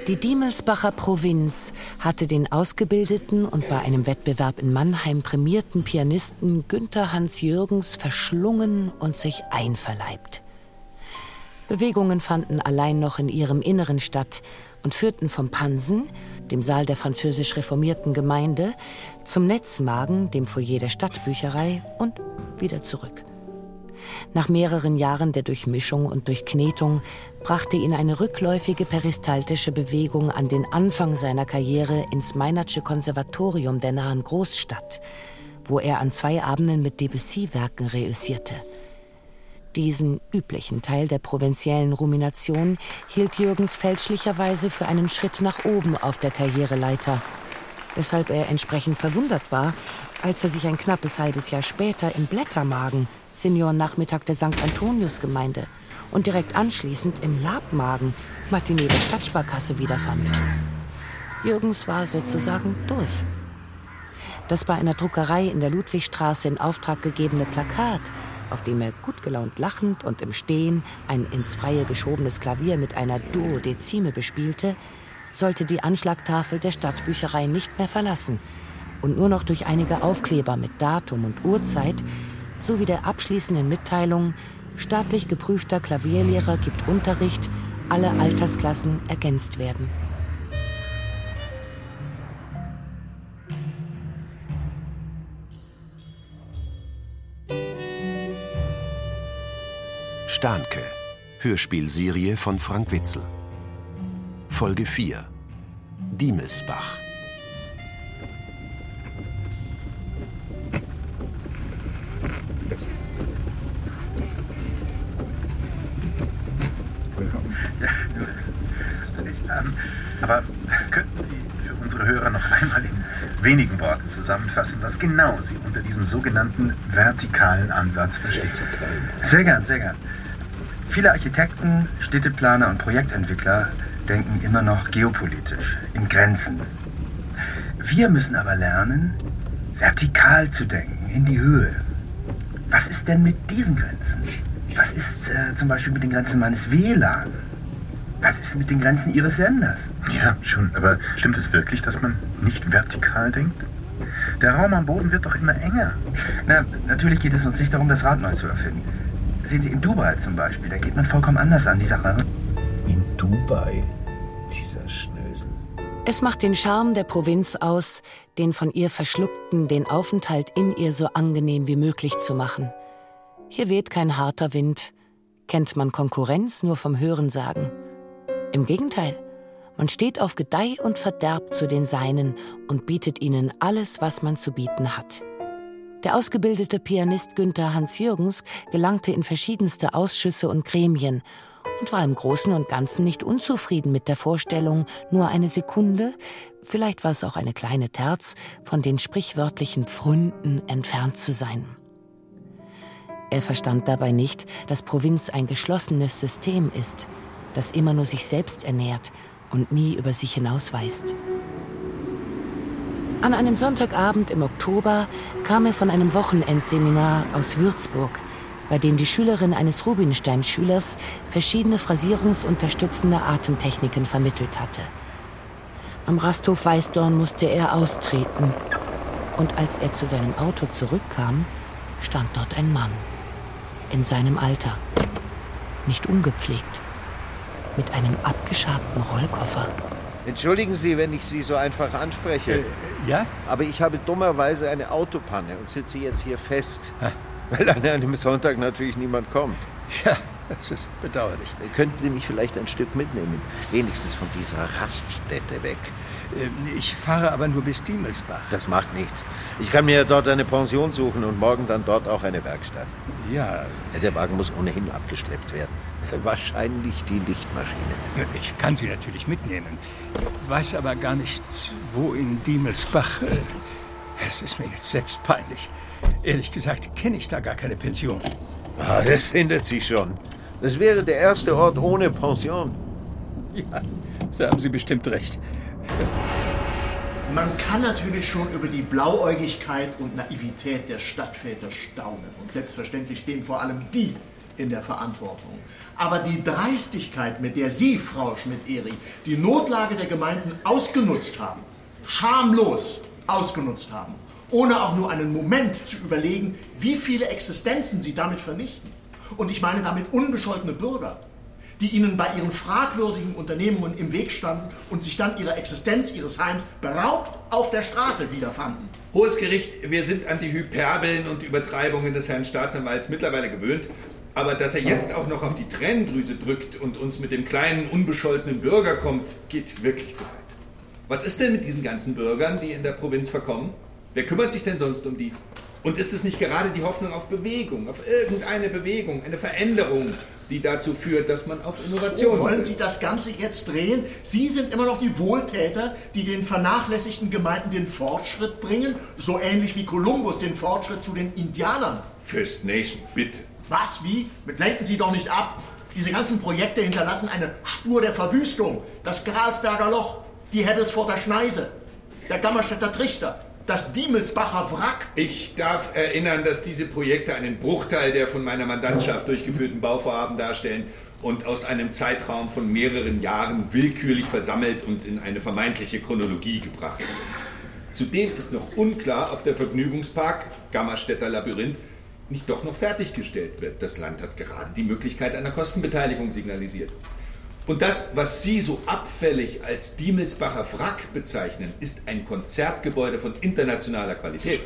Die Diemelsbacher Provinz hatte den ausgebildeten und bei einem Wettbewerb in Mannheim prämierten Pianisten Günther Hansjürgens verschlungen und sich einverleibt. Bewegungen fanden allein noch in ihrem Inneren statt und führten vom Pansen, dem Saal der französisch reformierten Gemeinde, zum Netzmagen, dem Foyer der Stadtbücherei und wieder zurück. Nach mehreren Jahren der Durchmischung und Durchknetung brachte ihn eine rückläufige peristaltische Bewegung an den Anfang seiner Karriere ins Meinertsche Konservatorium der nahen Großstadt, wo er an 2 Abenden mit Debussy-Werken reüssierte. Diesen üblichen Teil der provinziellen Rumination hielt Jürgens fälschlicherweise für einen Schritt nach oben auf der Karriereleiter, weshalb er entsprechend verwundert war, als er sich ein knappes halbes Jahr später im Blättermagen, Seniorennachmittag der St. Antoniusgemeinde, und direkt anschließend im Labmagen, Matinee der Stadtsparkasse, wiederfand. Jürgens war sozusagen durch. Das bei einer Druckerei in der Ludwigstraße in Auftrag gegebene Plakat, auf dem er gut gelaunt lachend und im Stehen ein ins Freie geschobenes Klavier mit einer Duodezime bespielte, sollte die Anschlagtafel der Stadtbücherei nicht mehr verlassen und nur noch durch einige Aufkleber mit Datum und Uhrzeit sowie der abschließenden Mitteilung, staatlich geprüfter Klavierlehrer gibt Unterricht, alle Altersklassen ergänzt werden. Stahnke, Hörspielserie von Frank Witzel. Folge 4: Diemelsbach. Aber könnten Sie für unsere Hörer noch einmal in wenigen Worten zusammenfassen, was genau Sie unter diesem sogenannten vertikalen Ansatz verstehen? Sehr gern, sehr gern. Viele Architekten, Städteplaner und Projektentwickler denken immer noch geopolitisch, in Grenzen. Wir müssen aber lernen, vertikal zu denken, in die Höhe. Was ist denn mit diesen Grenzen? Was ist zum Beispiel mit den Grenzen meines WLAN? Was ist mit den Grenzen Ihres Senders? Ja, schon, aber stimmt es wirklich, dass man nicht vertikal denkt? Der Raum am Boden wird doch immer enger. Na, natürlich geht es uns nicht darum, das Rad neu zu erfinden. Sehen Sie, in Dubai zum Beispiel, da geht man vollkommen anders an die Sache. In Dubai? Dieser Schnösel. Es macht den Charme der Provinz aus, den von ihr Verschluckten den Aufenthalt in ihr so angenehm wie möglich zu machen. Hier weht kein harter Wind, kennt man Konkurrenz nur vom Hörensagen. Im Gegenteil, man steht auf Gedeih und Verderb zu den Seinen und bietet ihnen alles, was man zu bieten hat. Der ausgebildete Pianist Günther Hansjürgens gelangte in verschiedenste Ausschüsse und Gremien und war im Großen und Ganzen nicht unzufrieden mit der Vorstellung, nur eine Sekunde, vielleicht war es auch eine kleine Terz, von den sprichwörtlichen Pfründen entfernt zu sein. Er verstand dabei nicht, dass Provinz ein geschlossenes System ist, das immer nur sich selbst ernährt und nie über sich hinausweist. An einem Sonntagabend im Oktober kam er von einem Wochenendseminar aus Würzburg, bei dem die Schülerin eines Rubinstein-Schülers verschiedene phrasierungsunterstützende Atemtechniken vermittelt hatte. Am Rasthof Weißdorn musste er austreten. Und als er zu seinem Auto zurückkam, stand dort ein Mann. In seinem Alter. Nicht ungepflegt. Mit einem abgeschabten Rollkoffer. Entschuldigen Sie, wenn ich Sie so einfach anspreche. Ja? Aber ich habe dummerweise eine Autopanne und sitze jetzt hier fest. Weil an einem Sonntag natürlich niemand kommt. Ja, das ist bedauerlich. Könnten Sie mich vielleicht ein Stück mitnehmen? Wenigstens von dieser Raststätte weg. Ich fahre aber nur bis Diemelsbach. Das macht nichts. Ich kann mir dort eine Pension suchen und morgen dann dort auch eine Werkstatt. Ja. Der Wagen muss ohnehin abgeschleppt werden. Wahrscheinlich die Lichtmaschine. Ich kann Sie natürlich mitnehmen. Weiß aber gar nicht, wo in Diemelsbach. Es ist mir jetzt selbst peinlich. Ehrlich gesagt kenne ich da gar keine Pension. Das findet sich schon. Das wäre der erste Ort ohne Pension. Ja, da haben Sie bestimmt recht. Man kann natürlich schon über die Blauäugigkeit und Naivität der Stadtväter staunen. Und selbstverständlich stehen vor allem die in der Verantwortung. Aber die Dreistigkeit, mit der Sie, Frau Schmidt-Ehring, die Notlage der Gemeinden ausgenutzt haben, schamlos ausgenutzt haben, ohne auch nur einen Moment zu überlegen, wie viele Existenzen Sie damit vernichten. Und ich meine damit unbescholtene Bürger, die Ihnen bei Ihren fragwürdigen Unternehmungen im Weg standen und sich dann ihrer Existenz, Ihres Heims beraubt auf der Straße wiederfanden. Hohes Gericht, wir sind an die Hyperbeln und Übertreibungen des Herrn Staatsanwalts mittlerweile gewöhnt. Aber dass er jetzt auch noch auf die Tränendrüse drückt und uns mit dem kleinen, unbescholtenen Bürger kommt, geht wirklich zu weit. Was ist denn mit diesen ganzen Bürgern, die in der Provinz verkommen? Wer kümmert sich denn sonst um die? Und ist es nicht gerade die Hoffnung auf Bewegung, auf irgendeine Bewegung, eine Veränderung, die dazu führt, dass man auf Innovation... So wollen Sie das Ganze jetzt drehen? Sie sind immer noch die Wohltäter, die den vernachlässigten Gemeinden den Fortschritt bringen, so ähnlich wie Kolumbus den Fortschritt zu den Indianern. First Nation, bitte. Was, wie? Lenken Sie doch nicht ab. Diese ganzen Projekte hinterlassen eine Spur der Verwüstung. Das Gralsberger Loch, die Hebbelsforter Schneise, der Gammerstädter Trichter, das Diemelsbacher Wrack. Ich darf erinnern, dass diese Projekte einen Bruchteil der von meiner Mandantschaft durchgeführten Bauvorhaben darstellen und aus einem Zeitraum von mehreren Jahren willkürlich versammelt und in eine vermeintliche Chronologie gebracht. Zudem ist noch unklar, ob der Vergnügungspark Gammerstädter Labyrinth nicht doch noch fertiggestellt wird. Das Land hat gerade die Möglichkeit einer Kostenbeteiligung signalisiert. Und das, was Sie so abfällig als Diemelsbacher Wrack bezeichnen, ist ein Konzertgebäude von internationaler Qualität.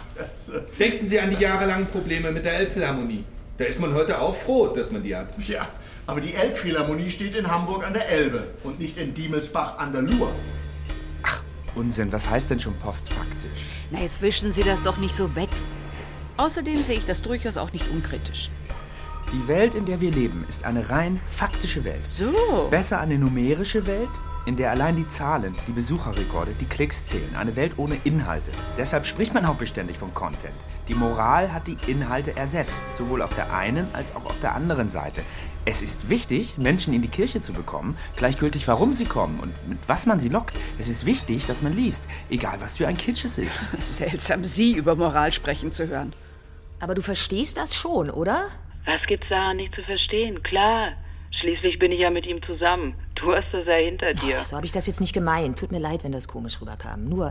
Denken Sie an die jahrelangen Probleme mit der Elbphilharmonie. Da ist man heute auch froh, dass man die hat. Ja, aber die Elbphilharmonie steht in Hamburg an der Elbe und nicht in Diemelsbach an der Luhr. Ach, Unsinn, was heißt denn schon postfaktisch? Na, jetzt wischen Sie das doch nicht so weg. Außerdem sehe ich das durchaus auch nicht unkritisch. Die Welt, in der wir leben, ist eine rein faktische Welt. So. Besser eine numerische Welt, in der allein die Zahlen, die Besucherrekorde, die Klicks zählen. Eine Welt ohne Inhalte. Deshalb spricht man auch beständig von Content. Die Moral hat die Inhalte ersetzt, sowohl auf der einen als auch auf der anderen Seite. Es ist wichtig, Menschen in die Kirche zu bekommen, gleichgültig warum sie kommen und mit was man sie lockt. Es ist wichtig, dass man liest, egal was für ein Kitsch es ist. Seltsam, Sie über Moral sprechen zu hören. Aber du verstehst das schon, oder? Was gibt's daran nicht zu verstehen? Klar. Schließlich bin ich ja mit ihm zusammen. Du hast das ja hinter dir. So habe ich das jetzt nicht gemeint. Tut mir leid, wenn das komisch rüberkam. Nur,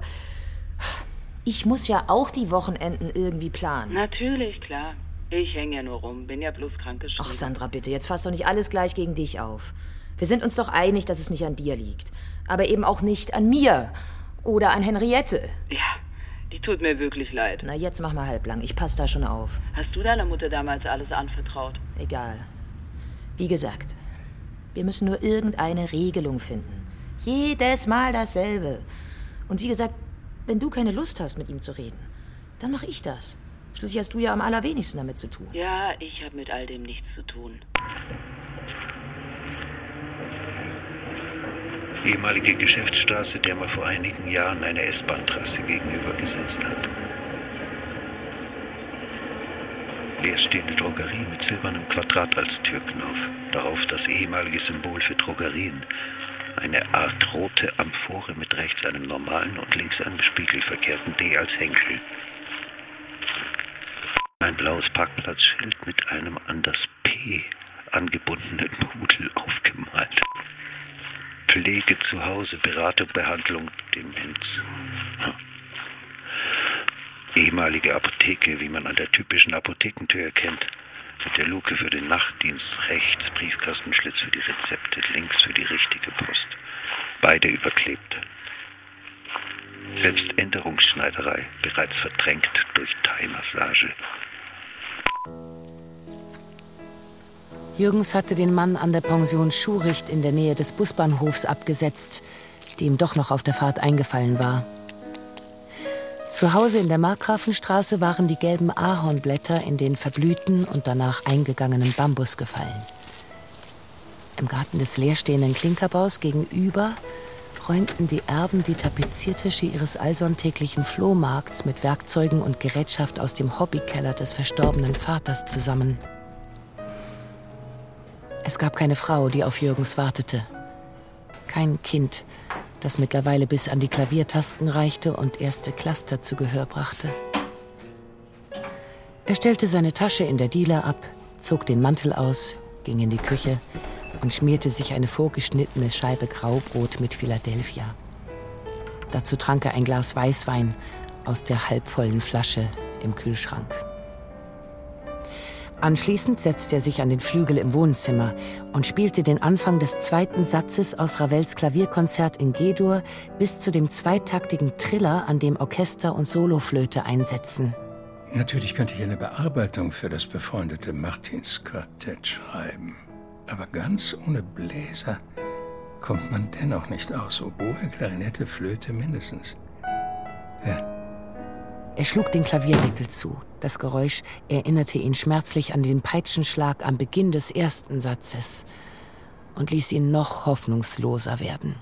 ich muss ja auch die Wochenenden irgendwie planen. Natürlich, klar. Ich hänge ja nur rum. Bin ja bloß krankgeschrieben. Ach, Sandra, bitte. Jetzt fass doch nicht alles gleich gegen dich auf. Wir sind uns doch einig, dass es nicht an dir liegt. Aber eben auch nicht an mir. Oder an Henriette. Ja. Die tut mir wirklich leid. Na, jetzt mach mal halblang. Ich pass da schon auf. Hast du deiner Mutter damals alles anvertraut? Egal. Wie gesagt, wir müssen nur irgendeine Regelung finden. Jedes Mal dasselbe. Und wie gesagt, wenn du keine Lust hast, mit ihm zu reden, dann mach ich das. Schließlich hast du ja am allerwenigsten damit zu tun. Ja, ich habe mit all dem nichts zu tun. Ehemalige Geschäftsstraße, der man vor einigen Jahren eine S-Bahn-Trasse gegenübergesetzt hat. Leerstehende Drogerie mit silbernem Quadrat als Türknauf. Darauf das ehemalige Symbol für Drogerien. Eine Art rote Amphore mit rechts einem normalen und links einem spiegelverkehrten D als Henkel. Ein blaues Parkplatzschild mit einem an das P angebundenen Pudel aufgemalt. Pflege zu Hause, Beratung, Behandlung, Demenz. Ehemalige Apotheke, wie man an der typischen Apothekentür erkennt. Mit der Luke für den Nachtdienst, rechts Briefkastenschlitz für die Rezepte, links für die richtige Post. Beide überklebt. Selbständerungsschneiderei, bereits verdrängt durch Thai-Massage. Jürgens hatte den Mann an der Pension Schuricht in der Nähe des Busbahnhofs abgesetzt, die ihm doch noch auf der Fahrt eingefallen war. Zu Hause in der Markgrafenstraße waren die gelben Ahornblätter in den verblühten und danach eingegangenen Bambus gefallen. Im Garten des leerstehenden Klinkerbaus gegenüber räumten die Erben die Tapeziertische ihres allsonntäglichen Flohmarkts mit Werkzeugen und Gerätschaft aus dem Hobbykeller des verstorbenen Vaters zusammen. Es gab keine Frau, die auf Jürgens wartete. Kein Kind, das mittlerweile bis an die Klaviertasten reichte und erste Cluster zu Gehör brachte. Er stellte seine Tasche in der Diele ab, zog den Mantel aus, ging in die Küche und schmierte sich eine vorgeschnittene Scheibe Graubrot mit Philadelphia. Dazu trank er ein Glas Weißwein aus der halbvollen Flasche im Kühlschrank. Anschließend setzte er sich an den Flügel im Wohnzimmer und spielte den Anfang des 2. Satzes aus Ravels Klavierkonzert in G-Dur bis zu dem zweitaktigen Triller, an dem Orchester und Soloflöte einsetzen. Natürlich könnte ich eine Bearbeitung für das befreundete Martins-Quartett schreiben. Aber ganz ohne Bläser kommt man dennoch nicht aus. Oboe, Klarinette, Flöte mindestens. Ja. Er schlug den Klavierdeckel zu. Das Geräusch erinnerte ihn schmerzlich an den Peitschenschlag am Beginn des 1. Satzes und ließ ihn noch hoffnungsloser werden.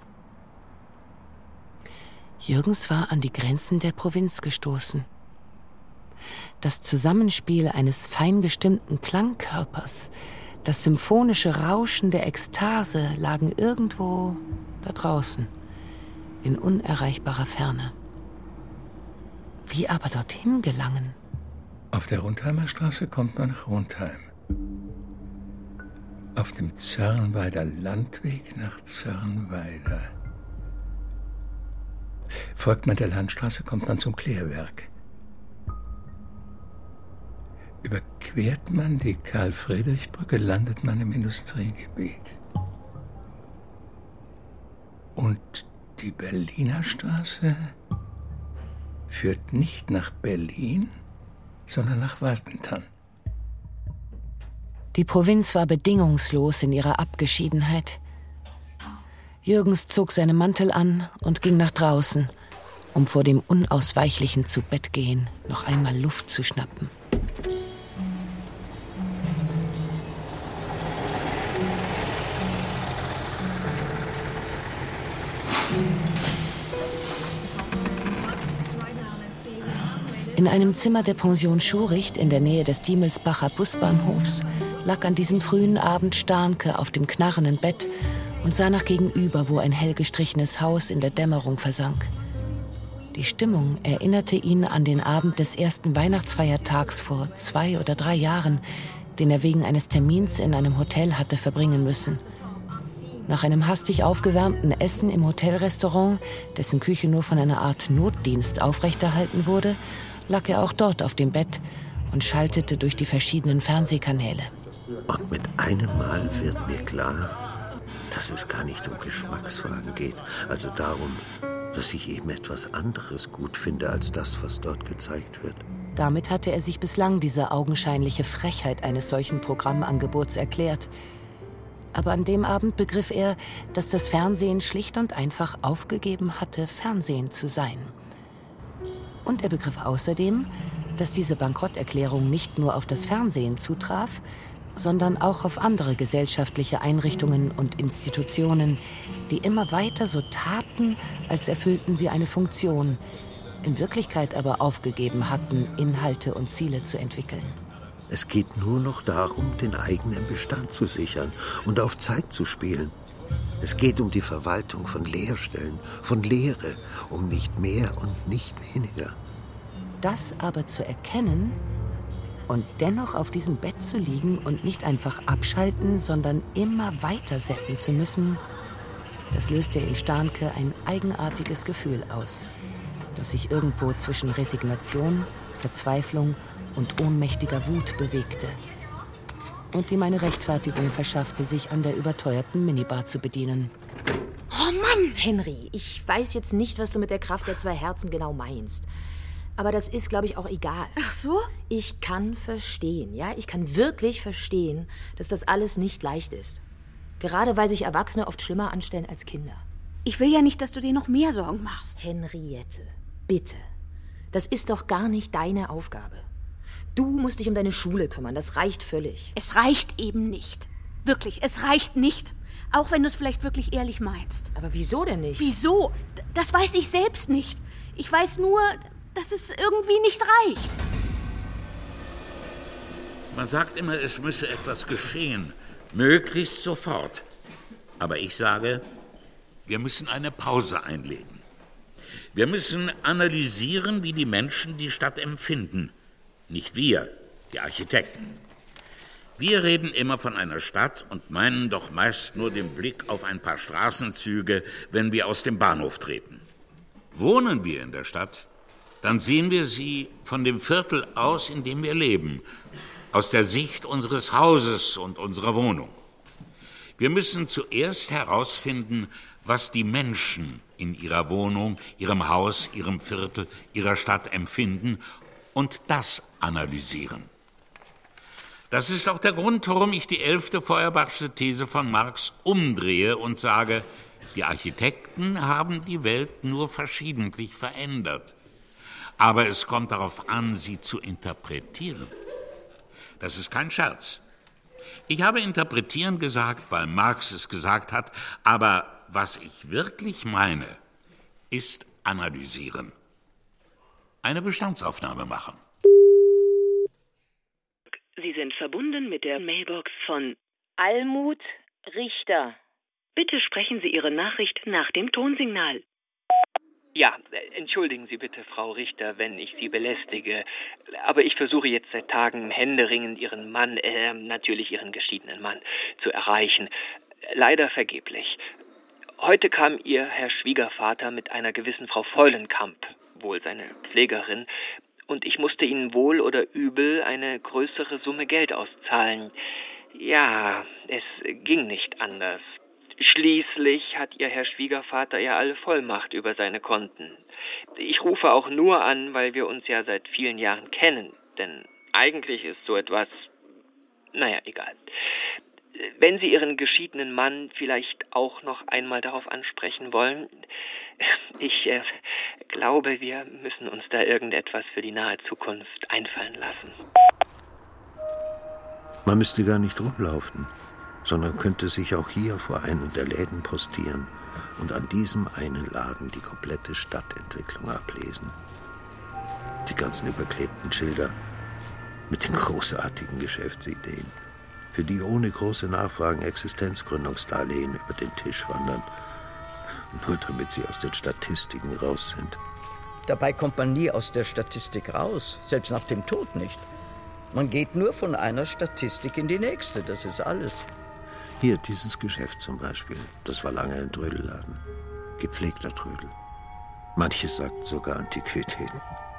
Jürgens war an die Grenzen der Provinz gestoßen. Das Zusammenspiel eines fein gestimmten Klangkörpers, das symphonische Rauschen der Ekstase lagen irgendwo da draußen, in unerreichbarer Ferne. Wie aber dorthin gelangen? Auf der Rundheimer Straße kommt man nach Rundheim. Auf dem Zörnweider Landweg nach Zörnweider. Folgt man der Landstraße, kommt man zum Klärwerk. Überquert man die Karl-Friedrich-Brücke, landet man im Industriegebiet. Und die Berliner Straße führt nicht nach Berlin, sondern nach Waltentann. Die Provinz war bedingungslos in ihrer Abgeschiedenheit. Jürgens zog seinen Mantel an und ging nach draußen, um vor dem unausweichlichen Zubettgehen noch einmal Luft zu schnappen. In einem Zimmer der Pension Schuricht in der Nähe des Diemelsbacher Busbahnhofs lag an diesem frühen Abend Stahnke auf dem knarrenden Bett und sah nach gegenüber, wo ein hell gestrichenes Haus in der Dämmerung versank. Die Stimmung erinnerte ihn an den Abend des ersten Weihnachtsfeiertags vor 2 oder 3 Jahren, den er wegen eines Termins in einem Hotel hatte verbringen müssen. Nach einem hastig aufgewärmten Essen im Hotelrestaurant, dessen Küche nur von einer Art Notdienst aufrechterhalten wurde, lag er auch dort auf dem Bett und schaltete durch die verschiedenen Fernsehkanäle. Und mit einem Mal wird mir klar, dass es gar nicht um Geschmacksfragen geht. Also darum, dass ich eben etwas anderes gut finde als das, was dort gezeigt wird. Damit hatte er sich bislang diese augenscheinliche Frechheit eines solchen Programmangebots erklärt. Aber an dem Abend begriff er, dass das Fernsehen schlicht und einfach aufgegeben hatte, Fernsehen zu sein. Und er begriff außerdem, dass diese Bankrotterklärung nicht nur auf das Fernsehen zutraf, sondern auch auf andere gesellschaftliche Einrichtungen und Institutionen, die immer weiter so taten, als erfüllten sie eine Funktion, in Wirklichkeit aber aufgegeben hatten, Inhalte und Ziele zu entwickeln. Es geht nur noch darum, den eigenen Bestand zu sichern und auf Zeit zu spielen. Es geht um die Verwaltung von Lehrstellen, von Lehre, um nicht mehr und nicht weniger. Das aber zu erkennen und dennoch auf diesem Bett zu liegen und nicht einfach abschalten, sondern immer weiter zappen zu müssen, das löste in Stahnke ein eigenartiges Gefühl aus, das sich irgendwo zwischen Resignation, Verzweiflung und ohnmächtiger Wut bewegte und ihm eine Rechtfertigung verschaffte, sich an der überteuerten Minibar zu bedienen. Oh Mann! Henry, ich weiß jetzt nicht, was du mit der Kraft der 2 Herzen genau meinst. Aber das ist, glaube ich, auch egal. Ach so? Ich kann verstehen, ja? Ich kann wirklich verstehen, dass das alles nicht leicht ist. Gerade weil sich Erwachsene oft schlimmer anstellen als Kinder. Ich will ja nicht, dass du dir noch mehr Sorgen machst. Henriette, bitte. Das ist doch gar nicht deine Aufgabe. Du musst dich um deine Schule kümmern, das reicht völlig. Es reicht eben nicht. Wirklich, es reicht nicht. Auch wenn du es vielleicht wirklich ehrlich meinst. Aber wieso denn nicht? Wieso? Das weiß ich selbst nicht. Ich weiß nur, dass es irgendwie nicht reicht. Man sagt immer, es müsse etwas geschehen. Möglichst sofort. Aber ich sage, wir müssen eine Pause einlegen. Wir müssen analysieren, wie die Menschen die Stadt empfinden. Nicht wir, die Architekten. Wir reden immer von einer Stadt und meinen doch meist nur den Blick auf ein paar Straßenzüge, wenn wir aus dem Bahnhof treten. Wohnen wir in der Stadt, dann sehen wir sie von dem Viertel aus, in dem wir leben, aus der Sicht unseres Hauses und unserer Wohnung. Wir müssen zuerst herausfinden, was die Menschen in ihrer Wohnung, ihrem Haus, ihrem Viertel, ihrer Stadt empfinden und das analysieren. Das ist auch der Grund, warum ich die 11. Feuerbachsche These von Marx umdrehe und sage, die Architekten haben die Welt nur verschiedentlich verändert. Aber es kommt darauf an, sie zu interpretieren. Das ist kein Scherz. Ich habe interpretieren gesagt, weil Marx es gesagt hat, aber was ich wirklich meine, ist analysieren. Eine Bestandsaufnahme machen. Sie sind verbunden mit der Mailbox von Almut Richter. Bitte sprechen Sie Ihre Nachricht nach dem Tonsignal. Ja, entschuldigen Sie bitte, Frau Richter, wenn ich Sie belästige. Aber ich versuche jetzt seit Tagen händeringend Ihren Mann, natürlich Ihren geschiedenen Mann, zu erreichen. Leider vergeblich. Heute kam Ihr Herr Schwiegervater mit einer gewissen Frau Feulenkamp, wohl seine Pflegerin, und ich musste Ihnen wohl oder übel eine größere Summe Geld auszahlen. Ja, es ging nicht anders. Schließlich hat Ihr Herr Schwiegervater ja alle Vollmacht über seine Konten. Ich rufe auch nur an, weil wir uns ja seit vielen Jahren kennen, denn eigentlich ist so etwas, naja, egal. Wenn Sie Ihren geschiedenen Mann vielleicht auch noch einmal darauf ansprechen wollen, ich glaube, wir müssen uns da irgendetwas für die nahe Zukunft einfallen lassen. Man müsste gar nicht rumlaufen, sondern könnte sich auch hier vor einen der Läden postieren und an diesem einen Laden die komplette Stadtentwicklung ablesen. Die ganzen überklebten Schilder mit den großartigen Geschäftsideen, für die ohne große Nachfragen Existenzgründungsdarlehen über den Tisch wandern, nur damit sie aus den Statistiken raus sind. Dabei kommt man nie aus der Statistik raus, selbst nach dem Tod nicht. Man geht nur von einer Statistik in die nächste, das ist alles. Hier, dieses Geschäft zum Beispiel, das war lange ein Trödelladen. Gepflegter Trödel. Manches sagten sogar Antiquitäten.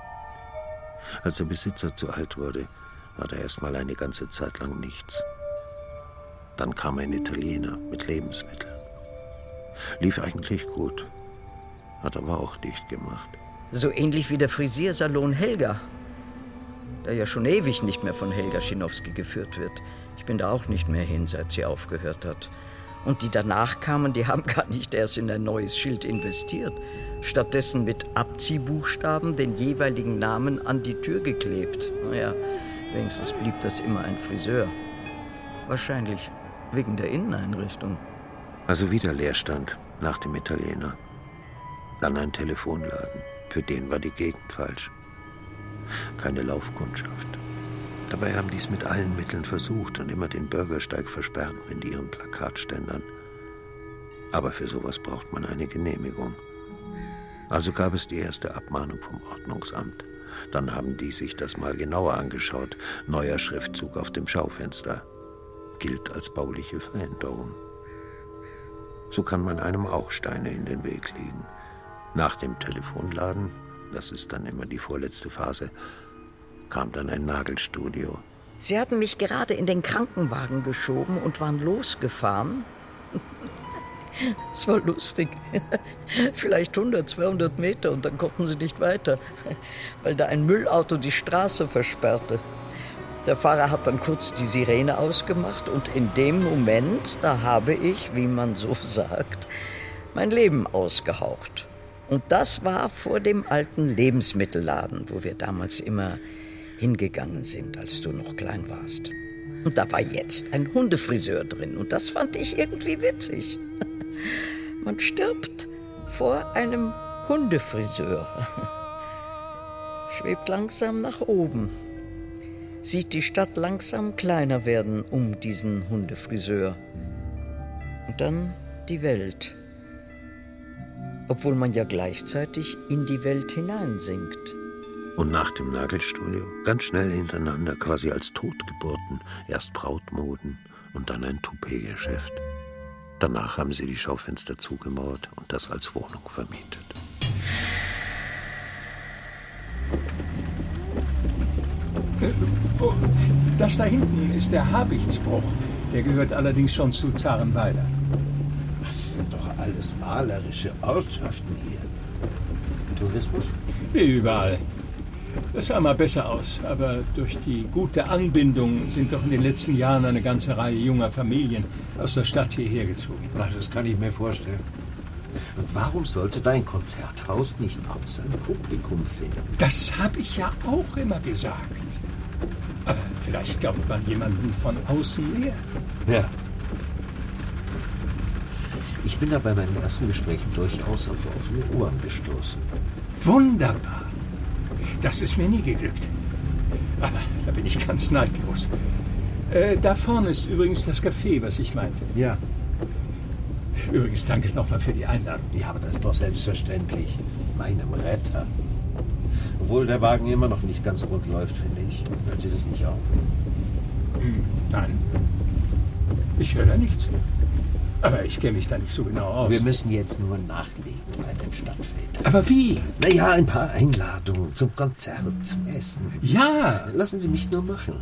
Als der Besitzer zu alt wurde, war da erst mal eine ganze Zeit lang nichts. Dann kam ein Italiener mit Lebensmitteln. Lief eigentlich gut, hat aber auch dicht gemacht. So ähnlich wie der Frisiersalon Helga, der ja schon ewig nicht mehr von Helga Schinowski geführt wird. Ich bin da auch nicht mehr hin, seit sie aufgehört hat. Und die danach kamen, die haben gar nicht erst in ein neues Schild investiert. Stattdessen mit Abziehbuchstaben den jeweiligen Namen an die Tür geklebt. Naja, wenigstens blieb das immer ein Friseur. Wahrscheinlich wegen der Inneneinrichtung. Also wieder Leerstand nach dem Italiener. Dann ein Telefonladen. Für den war die Gegend falsch. Keine Laufkundschaft. Dabei haben die es mit allen Mitteln versucht und immer den Bürgersteig versperrt mit ihren Plakatständern. Aber für sowas braucht man eine Genehmigung. Also gab es die erste Abmahnung vom Ordnungsamt. Dann haben die sich das mal genauer angeschaut. Neuer Schriftzug auf dem Schaufenster. Gilt als bauliche Veränderung. So kann man einem auch Steine in den Weg legen. Nach dem Telefonladen, das ist dann immer die vorletzte Phase, kam dann ein Nagelstudio. Sie hatten mich gerade in den Krankenwagen geschoben und waren losgefahren. Es war lustig. Vielleicht 100, 200 Meter und dann konnten sie nicht weiter, weil da ein Müllauto die Straße versperrte. Der Fahrer hat dann kurz die Sirene ausgemacht und in dem Moment, da habe ich, wie man so sagt, mein Leben ausgehaucht. Und das war vor dem alten Lebensmittelladen, wo wir damals immer hingegangen sind, als du noch klein warst. Und da war jetzt ein Hundefriseur drin und das fand ich irgendwie witzig. Man stirbt vor einem Hundefriseur. Schwebt langsam nach oben. Sieht die Stadt langsam kleiner werden um diesen Hundefriseur. Und dann die Welt. Obwohl man ja gleichzeitig in die Welt hineinsinkt. Und nach dem Nagelstudio ganz schnell hintereinander, quasi als Totgeburten, erst Brautmoden und dann ein Toupet-Geschäft. Danach haben sie die Schaufenster zugemauert und das als Wohnung vermietet. Oh, das da hinten ist der Habichtsbruch. Der gehört allerdings schon zu Zarenweiler. Das sind doch alles malerische Ortschaften hier. Tourismus? Wie überall. Das sah mal besser aus, aber durch die gute Anbindung sind doch in den letzten Jahren eine ganze Reihe junger Familien aus der Stadt hierher gezogen. Na, das kann ich mir vorstellen. Und warum sollte dein Konzerthaus nicht auch sein Publikum finden? Das habe ich ja auch immer gesagt. Aber vielleicht glaubt man jemanden von außen mehr. Ja. Ich bin da bei meinen ersten Gesprächen durchaus auf offene Ohren gestoßen. Wunderbar. Das ist mir nie geglückt. Aber da bin ich ganz neidlos. Da vorne ist übrigens das Café, was ich meinte. Ja. Übrigens, danke nochmal für die Einladung. Ja, aber das ist doch selbstverständlich. Meinem Retter. Obwohl der Wagen immer noch nicht ganz rund läuft, finde ich. Hört Sie das nicht auf? Nein. Ich höre da nichts. Aber ich kenne mich da nicht so genau aus. Wir müssen jetzt nur nachlegen bei den Stadtvätern. Aber wie? Naja, ein paar Einladungen zum Konzert, zum Essen. Ja. Lassen Sie mich nur machen.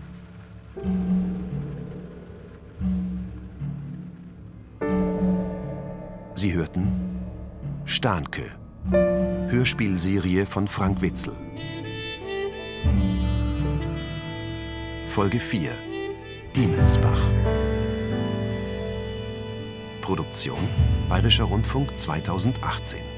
Sie hörten Stahnke, Hörspielserie von Frank Witzel. Folge 4, Diemelsbach. Produktion Bayerischer Rundfunk 2018.